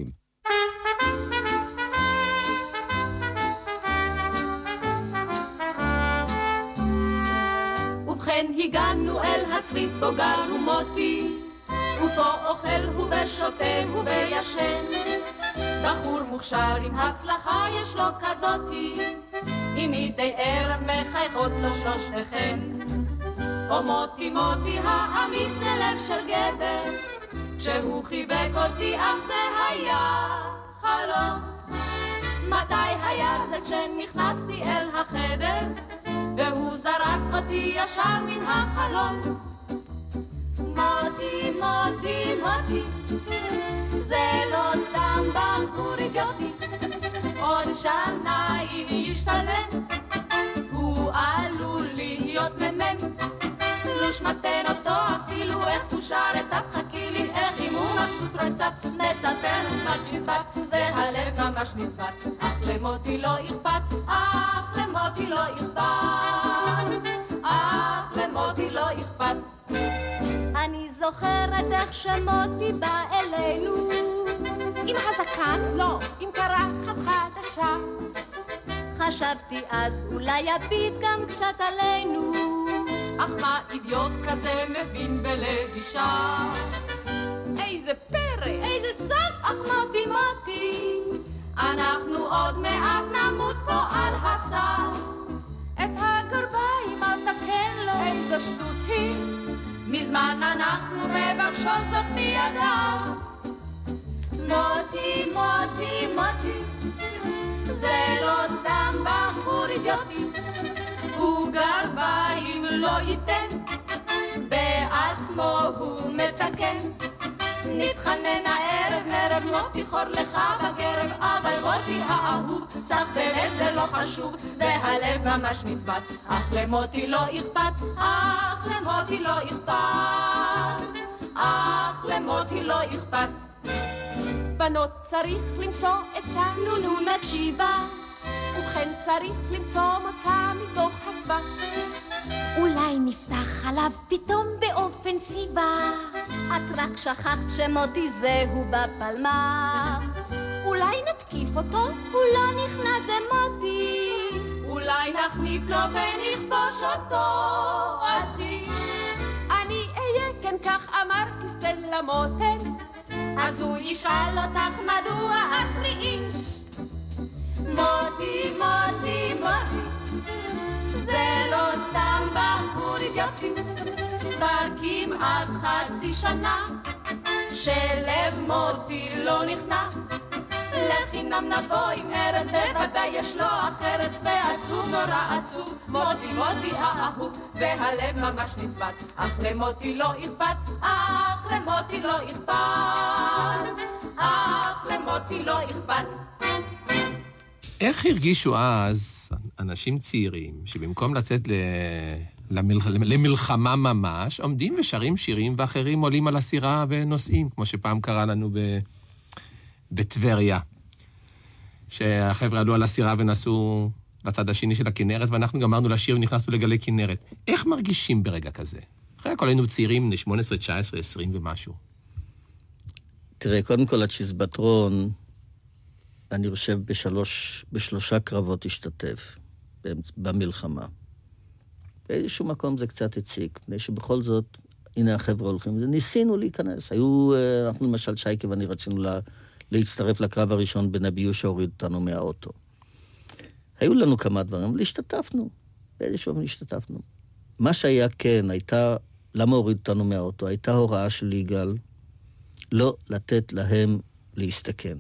ובכן הגענו אל הצריף בו גרו מוטי, ופה אוכל הוא ושותה הוא וישן. בחור מוכשר עם הצלחה יש לו כזאתי, אם מדי ערב מחייכות לו שלושתכן. או מוטי מוטי האמיץ זה לב של גבר, כשהוא חיבק אותי אך זה היה חלום. מתי היה זה כשנכנסתי אל החדר, והוא זרק אותי ישר מן החלום. מוטי מוטי מוטי, זה לא סתם בחור אידיוטי, עוד שנה אם ישתלם הוא עלול להיות ממם. לוש מתן אותו אפילו איך הוא שר את התחכי לי, איך אם הוא מבסוט רצף מספר מה צ'יזבק והלב ממש נדבק. אך למוטי לא אכפת, אך למוטי לא אכפת, אך למוטי לא אכפת. אני זוכרת איך שמוטי בא אלינו עם הזקן? לא, עם קרחת חדשה. חשבתי אז אולי יביט גם קצת עלינו, אך מה אידיוט כזה מבין בלבישה? איזה פרא, איזה סוס! אך מוטי מוטי, אנחנו עוד מעט נמות פה על הסף. את הגרביים אל תקן לו, איזו שטות היא, מזמן אנחנו מבקשות זאת בידיו. מוטי מוטי מוטי, זה לא סתם בחור אידיוטי, הוא גרביים לא ייתן, בעצמו הוא מתקן. נתחנן הערב מרב מוטי חור לך בקרב, אבל מוטי האהוב סך באמת זה לא חשוב, והלב ממש נצבט. אך למוטי לא אכפת, אך למוטי לא אכפת, אך למוטי לא אכפת. בנות צריך למצוא עצה, נו נקשיבה, ובכן צריך למצוא מוצא מתוך הסבך. אולי נפתח עליו פתאום באופן סיבה. את רק שכחת שמוטי זהו בפלמ"ח. אולי נתקיף אותו? הוא לא נכנס זה מוטי, אולי אולי נחניף לו ונכבוש אותו, אז אני אהיה, כן כך אמר קסטלה מותן. אז הוא ישאל אותך מדוע את ראיש. מוטי, מוטי, מוטי, זה לא סתם בחור אידיוטי, כבר כמעט חצי שנה שלב מוטי לא נכנע. לחינם נבוא עם ערד, בוודאי יש לו אחרת, ועצוב נורא עצוב, מוטי מוטי האהוב, והלב ממש נצבט, אך למוטי לא אכפת, אך למוטי לא אכפת, אך למוטי לא אכפת. איך הרגישו אז אנשים צעירים שבמקום לצאת למלחמה ממש, עומדים ושרים שירים ואחרים עולים על הסירה ונוסעים, כמו שפעם קרה לנו בטבריה, שהחבר'ה עלו על הסירה ונסעו לצד השני של הכנרת, ואנחנו גמרנו לשיר ונכנסנו לגלי כנרת. איך מרגישים ברגע כזה? אחרי הכל היינו צעירים, 18, 19, 20 ומשהו. תראה, קודם כל הצ'יזבטרון, אני חושב בשלושה קרבות השתתף במלחמה. באיזשהו מקום זה קצת הציק, מפני שבכל זאת, הנה החבר'ה הולכים, ניסינו להיכנס. אנחנו למשל שייקה ואני רצינו להצטרף לקרב הראשון בנביו שהוריד אותנו מהאוטו. היו לנו כמה דברים, אבל השתתפנו. באיזשהו מקום השתתפנו. מה שהיה כן, למה הוריד אותנו מהאוטו? הייתה הוראה של יגאל לא לתת להם להסתכן.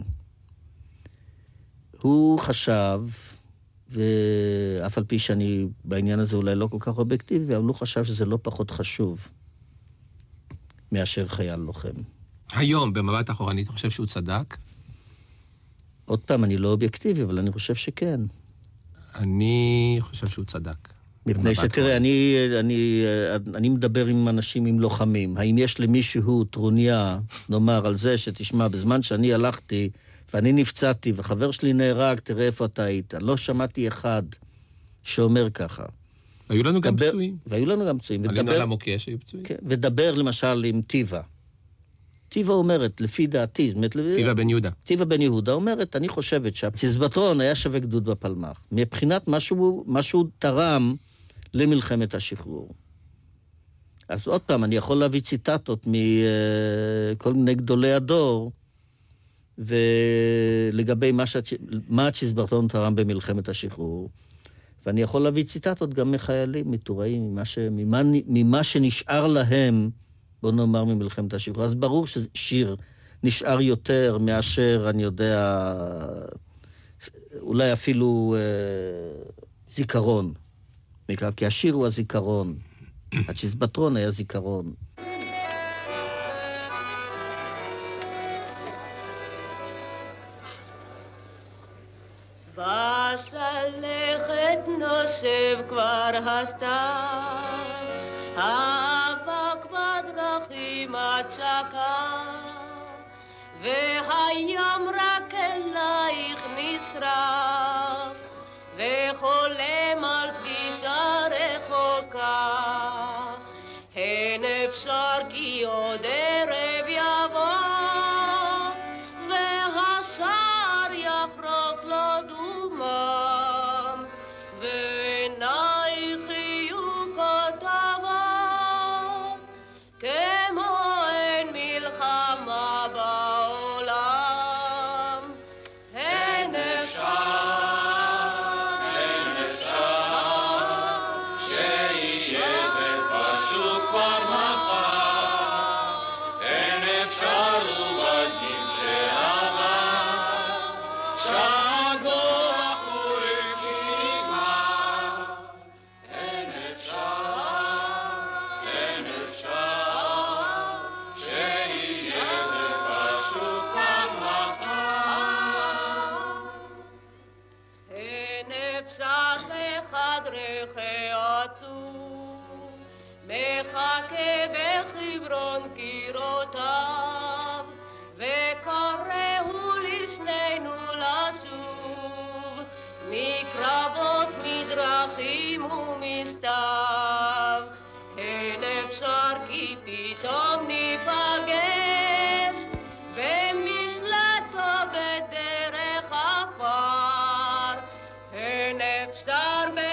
הוא חשב, ואף על פי שאני בעניין הזה אולי לא כל כך אובייקטיבי, אבל הוא חשב שזה לא פחות חשוב מאשר חייל לוחם. היום, במבט אחורנית, אתה חושב שהוא צדק? עוד פעם, אני לא אובייקטיבי, אבל אני חושב שכן. אני חושב שהוא צדק. מפני שתראה, אני מדבר עם אנשים, עם לוחמים. האם יש למישהו טרוניה, נאמר, על זה שתשמע, בזמן שאני הלכתי, ואני נפצעתי, וחבר שלי נהרג, תראה איפה אתה היית. לא שמעתי אחד שאומר ככה. היו לנו גם פצועים. והיו לנו גם פצועים. עלינו על המוקש, היו פצועים. כן, ודבר למשל עם טיבה. טיבה אומרת, לפי דעתי, טיבה בן יהודה. טיבה בן יהודה אומרת, אני חושבת שהצ'יזבטרון היה שווה גדוד בפלמ"ח. מבחינת משהו תרם למלחמת השחרור. אז עוד פעם, אני יכול להביא ציטטות מכל מיני גדולי הדור, ולגבי מה הצ'יזבטרון תרם במלחמת השחרור, ואני יכול להביא ציטטות גם מחיילים, מטוראים, ממה שנשאר להם, בוא נאמר ממלחמת השחרור. אז ברור ששיר נשאר יותר מאשר, אני יודע, אולי אפילו זיכרון. כי השיר הוא הזיכרון. הצ'יזבטרון היה זיכרון. בשלכת נושב כבר הסתיו, האבק בדרכים עד שקע, והים רק אלייך נשרף, וחולם על פגישה רחוקה. אין אפשר כי עוד ערב יבוא, והשער יפרוק לו דומם, ועינייך יהיו כותבות, כמו אין מלחמה בעולם. אין אפשר שיהיה זה פשוט כבר מחר. אין אפשר ובג'ים שעבר, שגוע חורי כי נגמר. אין אפשר שיהיה זה פשוט כבר מחר. אין אפשר בחדרך עצוב, מחכה בחברון קירותיו, וקוראו לשנינו לשוב, מקרבות מדרכים ומסתיו. אין אפשר כי פתאום ניפגש במשלטו בדרך עפר. אין אפשר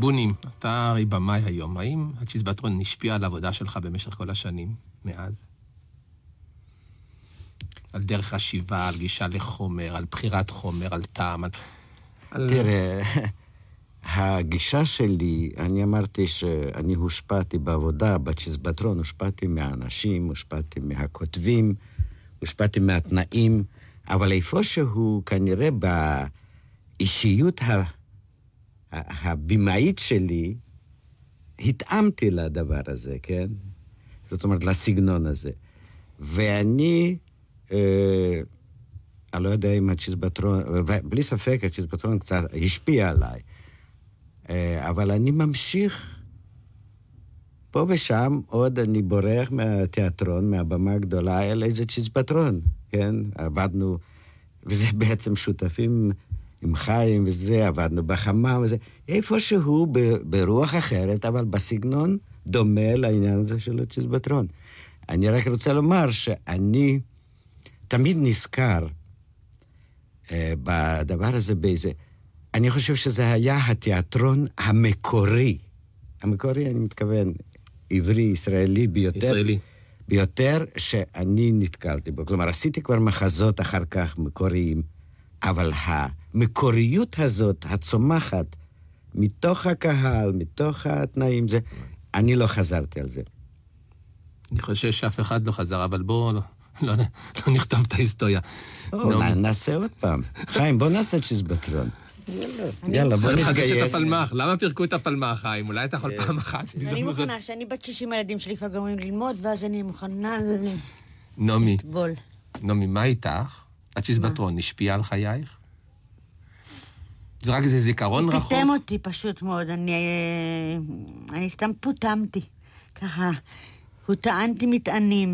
בונים, אתה הרי במאי היום. האם הצ'יזבטרון השפיע על העבודה שלך במשך כל השנים מאז? על דרך השיבה, על גישה לחומר, על בחירת חומר, על טעם, על... תראה, הגישה שלי, אני אמרתי שאני הושפעתי בעבודה, בצ'יזבטרון, הושפעתי מהאנשים, הושפעתי מהכותבים, הושפעתי מהתנאים, אבל איפשהו כנראה באישיות הבימאית שלי, התאמתי לדבר הזה, כן? זאת אומרת, לסגנון הזה. ואני... אני לא יודע אם הצ'יזבטרון, בלי ספק הצ'יזבטרון קצת השפיע עליי, אבל אני ממשיך פה ושם, עוד אני בורח מהתיאטרון, מהבמה הגדולה, אל איזה צ'יזבטרון, כן? עבדנו, וזה בעצם שותפים עם חיים וזה, עבדנו בחמה וזה, איפשהו ברוח אחרת, אבל בסגנון דומה לעניין הזה של הצ'יזבטרון. אני רק רוצה לומר שאני תמיד נזכר בדבר הזה באיזה... אני חושב שזה היה התיאטרון המקורי. המקורי, אני מתכוון, עברי, ישראלי ביותר. ישראלי. ביותר שאני נתקלתי בו. כלומר, עשיתי כבר מחזות אחר כך מקוריים, אבל המקוריות הזאת, הצומחת, מתוך הקהל, מתוך התנאים, זה... אני לא חזרתי על זה. אני חושב שאף אחד לא חזר, אבל בואו... לא נכתוב את ההיסטוריה. נעשה עוד פעם. חיים, בוא נעשה צ'יזבטרון. יאללה, בוא נתגייס. נחדש את הפלמח. למה פירקו את הפלמח, חיים? אולי אתה יכול פעם אחת. אני מוכנה שאני בת 60 ילדים שלי כבר גומרים ללמוד, ואז אני מוכנה נעמי, לטבול. נעמי, מה איתך? הצ'יזבטרון השפיע על חייך? זה רק איזה זיכרון רחוק? הוא פיתם אותי פשוט מאוד. אני סתם פוטמתי. ככה. הוא טענתי מטענים.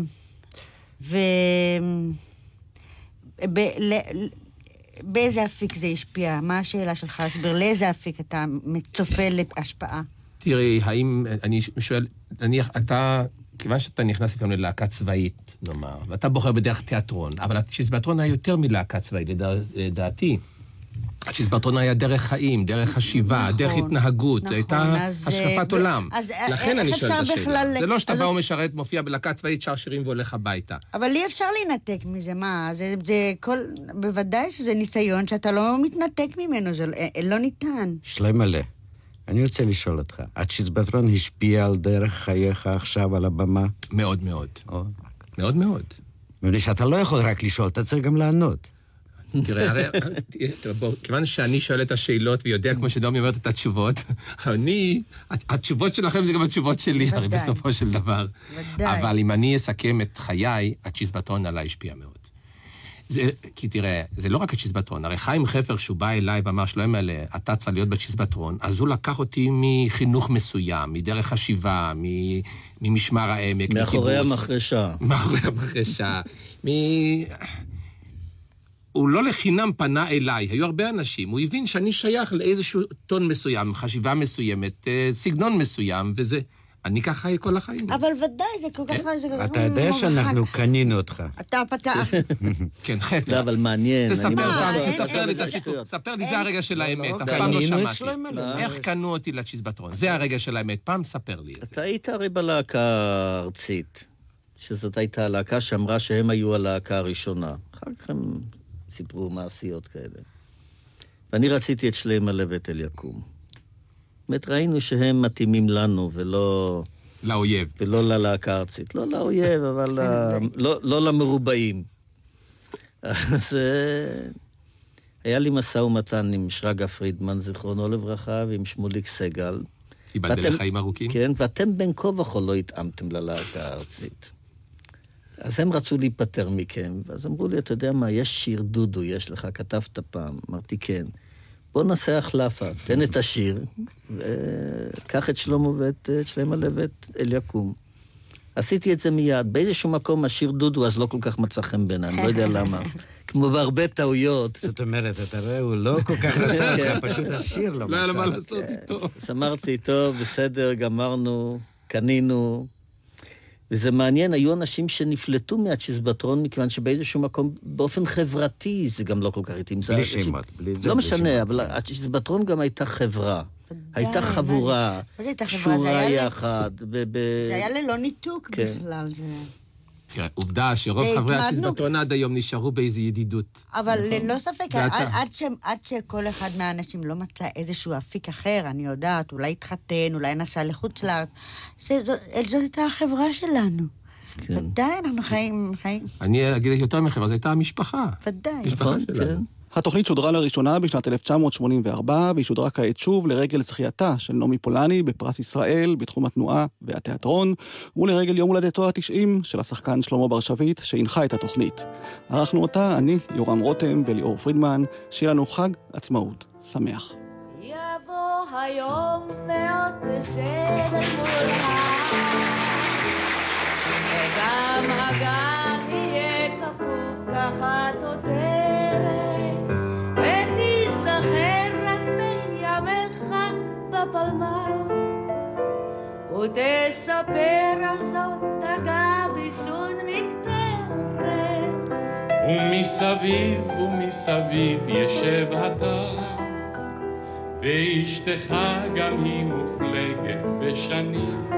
באיזה אפיק זה השפיע? מה השאלה שלך? הסבר, לאיזה אפיק אתה צופה להשפעה? תראי, האם, אני שואל, נניח, אתה, כיוון שאתה נכנס לפעמים ללהקה צבאית, נאמר, ואתה בוחר בדרך תיאטרון, אבל הצ'יזבטרון היה יותר מלהקה צבאית, לדעתי. הצ'יזבטרון היה דרך חיים, דרך חשיבה, דרך התנהגות, הייתה השקפת עולם. לכן אני שואל את השאלה. זה לא שאתה בא ומשרת, מופיע בלהקה צבאית, שר שירים והולך הביתה. אבל אי אפשר להינתק מזה, מה? בוודאי שזה ניסיון שאתה לא מתנתק ממנו, זה לא ניתן. שלם מלא. אני רוצה לשאול אותך, הצ'יזבטרון השפיע על דרך חייך עכשיו על הבמה? מאוד מאוד. מאוד מאוד. מפני שאתה לא יכול רק לשאול, אתה צריך גם לענות. תראה, הרי, כיוון שאני שואל את השאלות ויודע כמו שנעמי אומרת את התשובות, התשובות שלכם זה גם התשובות שלי, הרי בסופו של דבר. אבל אם אני אסכם את חיי, הצ'יזבטרון עליי השפיע מאוד. כי תראה, זה לא רק הצ'יזבטרון, הרי חיים חפר שהוא בא אליי ואמר שלום אלה, אתה צריך להיות בצ'יזבטרון, אז הוא לקח אותי מחינוך מסוים, מדרך חשיבה, ממשמר העמק, מאחורי המחרשה. מאחורי המחרשה, הוא לא לחינם פנה אליי, היו הרבה אנשים, הוא הבין שאני שייך לאיזשהו טון מסוים, חשיבה מסוימת, סגנון מסוים, וזה, אני ככה כל החיים. אבל ודאי, זה כל כך... אתה יודע שאנחנו קנינו אותך. אתה פתח. כן, חפר. לא, אבל מעניין. תספר לי את הסיפור. ספר לי, זה הרגע של האמת, אף פעם לא שמעתי. איך קנו אותי לצ'יזבטרון? זה הרגע של האמת, פעם ספר לי את זה. אתה היית הרי בלהקה הארצית, שזאת הייתה הלהקה שאמרה שהם היו הלהקה הראשונה. אחר כך הם סיפרו מעשיות כאלה. ואני רציתי את שלמה לבית אל יקום. באמת ראינו שהם מתאימים לנו ולא... לאויב. ולא ללהקה הארצית. לא לאויב, אבל לא למרובעים. אז היה לי משא ומתן עם שרגא פרידמן, זיכרונו לברכה, ועם שמוליק סגל. קיבלת לחיים ארוכים? כן, ואתם בין כה וכה לא התאמתם ללהקה הארצית. אז הם רצו להיפטר מכם, ואז אמרו לי, אתה יודע מה, יש שיר דודו, יש לך, כתבת פעם. אמרתי, כן. בוא נעשה החלפה, תן את השיר, וקח את שלמה ואת שלמה לבית אל יקום. עשיתי את זה מיד. באיזשהו מקום השיר דודו, אז לא כל כך מצא חן ביניהם, לא יודע למה. כמו בהרבה טעויות. זאת אומרת, אתה רואה, הוא לא כל כך רצה אותך, פשוט השיר לא מצא. לא היה לו מה לעשות איתו. אז אמרתי, טוב, בסדר, גמרנו, קנינו. וזה מעניין, היו אנשים שנפלטו מהצ'יזבטרון, מכיוון שבאיזשהו מקום, באופן חברתי, זה גם לא כל כך התאים. בלי שמות. לא משנה, אבל הצ'יזבטרון גם הייתה חברה. הייתה חבורה, שורה יחד. זה היה ללא ניתוק בכלל. עובדה שרוב חברי הצ'יזבטרון עד היום נשארו באיזו ידידות. אבל ללא ספק, עד שכל אחד מהאנשים לא מצא איזשהו אפיק אחר, אני יודעת, אולי התחתן, אולי נסע לחוץ לארץ, זאת הייתה החברה שלנו. ודאי, אנחנו חיים. אני אגיד יותר מחברה, זו הייתה המשפחה. ודאי. משפחה שלנו. התוכנית שודרה לראשונה בשנת 1984, והיא שודרה כעת שוב לרגל זכייתה של נעמי פולני בפרס ישראל בתחום התנועה והתיאטרון, ולרגל יום הולדתו ה-90 של השחקן שלמה ברשבית שהנחה את התוכנית. ערכנו אותה אני, יורם רותם וליאור פרידמן, שיהיה לנו חג עצמאות שמח. יבוא היום ועוד תשב מולך, וגם הגן יהיה כפוף ככה תותרת, ותיזכר אז בימיך בפלמר, ותספר הזאת דגה בישון מקטרת. ומסביב ישב אתה, ואשתך גם היא מופלגת בשנים,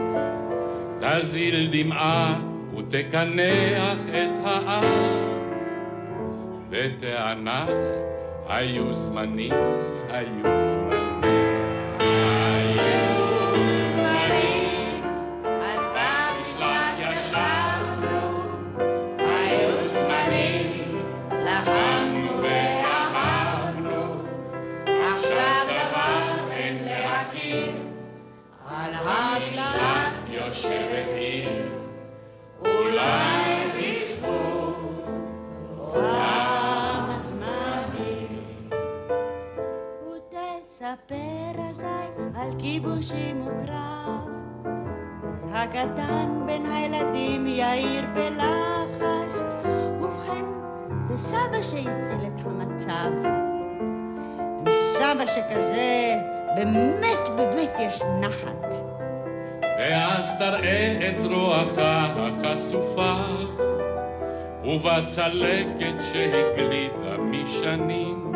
תזיל דמעה ותקנח את האב, ותענך היו זמנים, היו זמנים, היו זמנים, אז במשלט ישבנו, היו זמנים, לחמנו ואהבנו, עכשיו דבר אין להכיר, על המשלט יושבת עיר, אולי בזכות עולם הזמנים. ותספר אזי על כיבושים וקרב, הקטן בין הילדים יאיר בלחש, ובכן זה סבא שהציל את המצב. מסבא שכזה באמת יש נחת. ואז תראה את זרועך החשופה, ובצלקת שהגלידה משנים,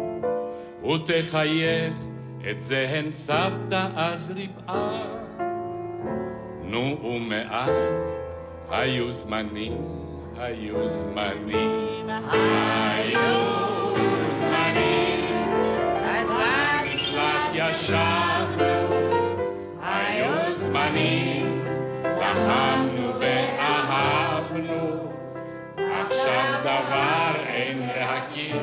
ותחייך את זהן סבתא אז ריבעה. נו ומאז היו זמנים, היו זמנים, היו זמנים, אז במשלט ישבנו, היו זמנים, לחמנו ואהבנו, עכשיו דבר אין להכיר,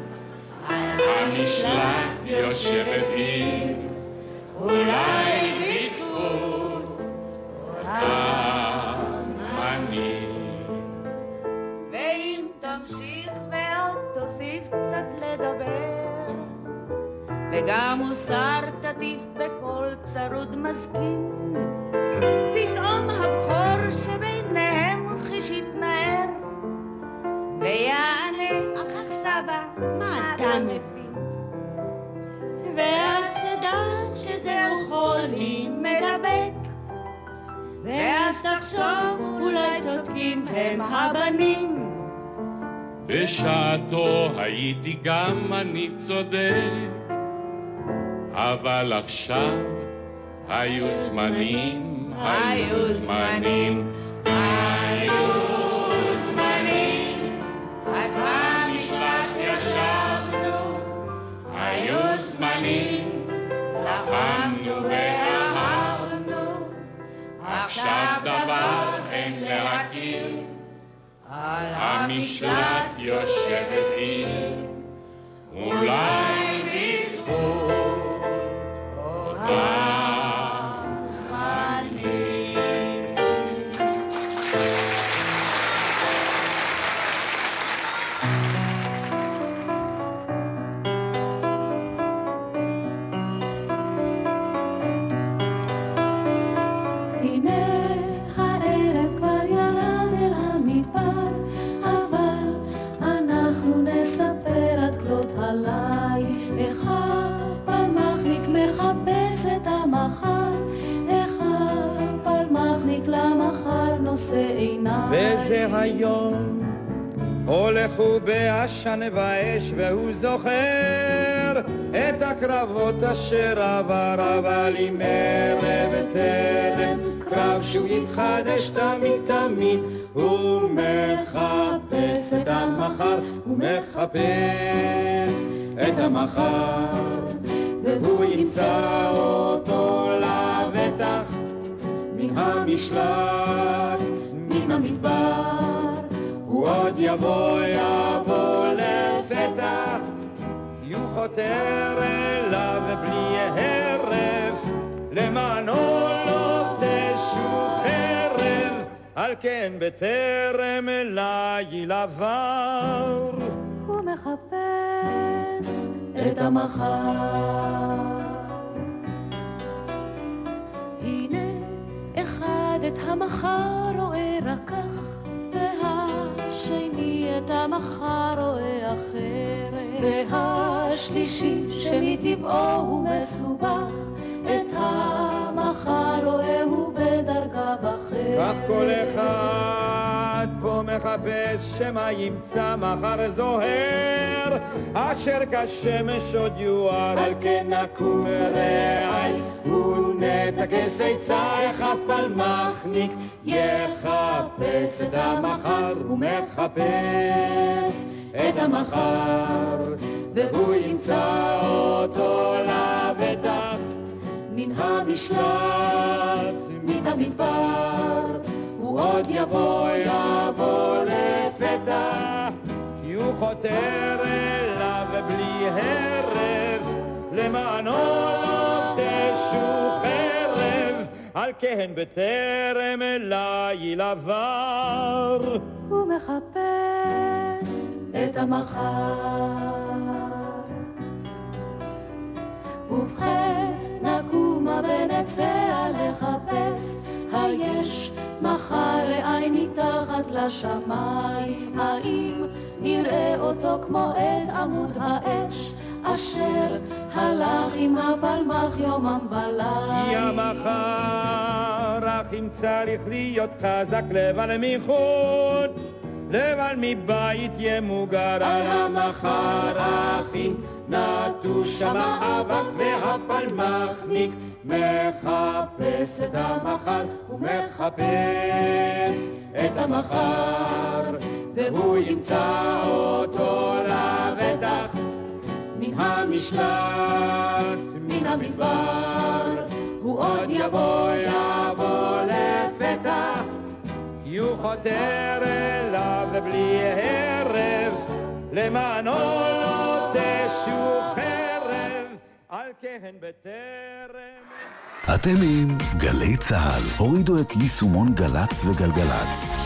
המשלט יושבת עיר, אולי בזכות אותם זמנים. ואם תמשיך ועוד תוסיף קצת לדבר, וגם מוסר תטיף בקול צרוד מסכים, פתאום הבחור שביניהם חיש יתנער, ויענה, אך סבא, מה אתה מבין? ואז תדע שזהו חולי מדבק, ואז תחשוב אולי צודקים הם הבנים. בשעתו הייתי גם אני צודק, אבל עכשיו היו זמנים, היו זמנים, היו זמנים, אז במשלט ישבנו, היו זמנים, לחמנו ואהבנו, עכשיו דבר אין להכיר, על המשלט יושבת עיר, אולי בזכות אותם זמנים. הנה הערב כבר ירד אל המדבר, אבל אנחנו נספר עד כלות הליל, איך הפלמחניק מחפש את המחר, איך הפלמחניק למחר נושא עיניי. וזה היום הולך ובעשן ואש, והוא זוכר את את הקרבות אשר עבר, אבל עם ערב טרם קרב שהוא יתחדש תמיד תמיד. הוא מחפש את המחר, הוא מחפש את המחר, והוא ימצא אותו לבטח מן המשלט, מן המדבר. הוא עוד יבוא לפתע, כי הוא חותר אליו בלי הרף, למענו לא תשוב חרב, על כן בטרם ליל עבר. הוא מחפש את המחר. הנה אחד את המחר רואה רקח, והשני את המחר רואה אחרת, והשלישי שמטבעו הוא מסובך, את המחר רואה הוא בדרגה אחרת. כך כל אחד פה מחפש שמה ימצא מחר זוהר, אשר כשמש עוד יואר. על כן נקום רעי ונטכס עצה, איך הפלמחניק יחפש את המחר. הוא מחפש את המחר, והוא ימצא אותו לבטח מן המשלט, מן המדבר. הוא עוד יבוא לפתע, כי הוא חותר אליו בלי הרף, למענו לא תשוב חרב, על כן בטרם ליל עבר. הוא מחפש את המחר. ובכן נקומה ונצא לחפש, היש מחר רעי מתחת לשמיים, האם נראה אותו כמו את עמוד האש, אשר הלך עם הפלמח יומם ולילה. כי המחר אך אם צריך להיות חזק, לבל מחוץ, לבל מבית ימוגר. על המחר אך אם נטוש שמה אבק, והפלמחניק מחפש את המחר. הוא מחפש את המחר, והוא ימצא אותו לבטח מן המשלט, מן המדבר. הוא עוד יבוא לפתע, כי הוא חותר אליו בלי הרף, למענו לא תשוב חרב, על כן בטרם. אתם עם גלי צהל. הורידו את יישומון גלץ וגלגלץ.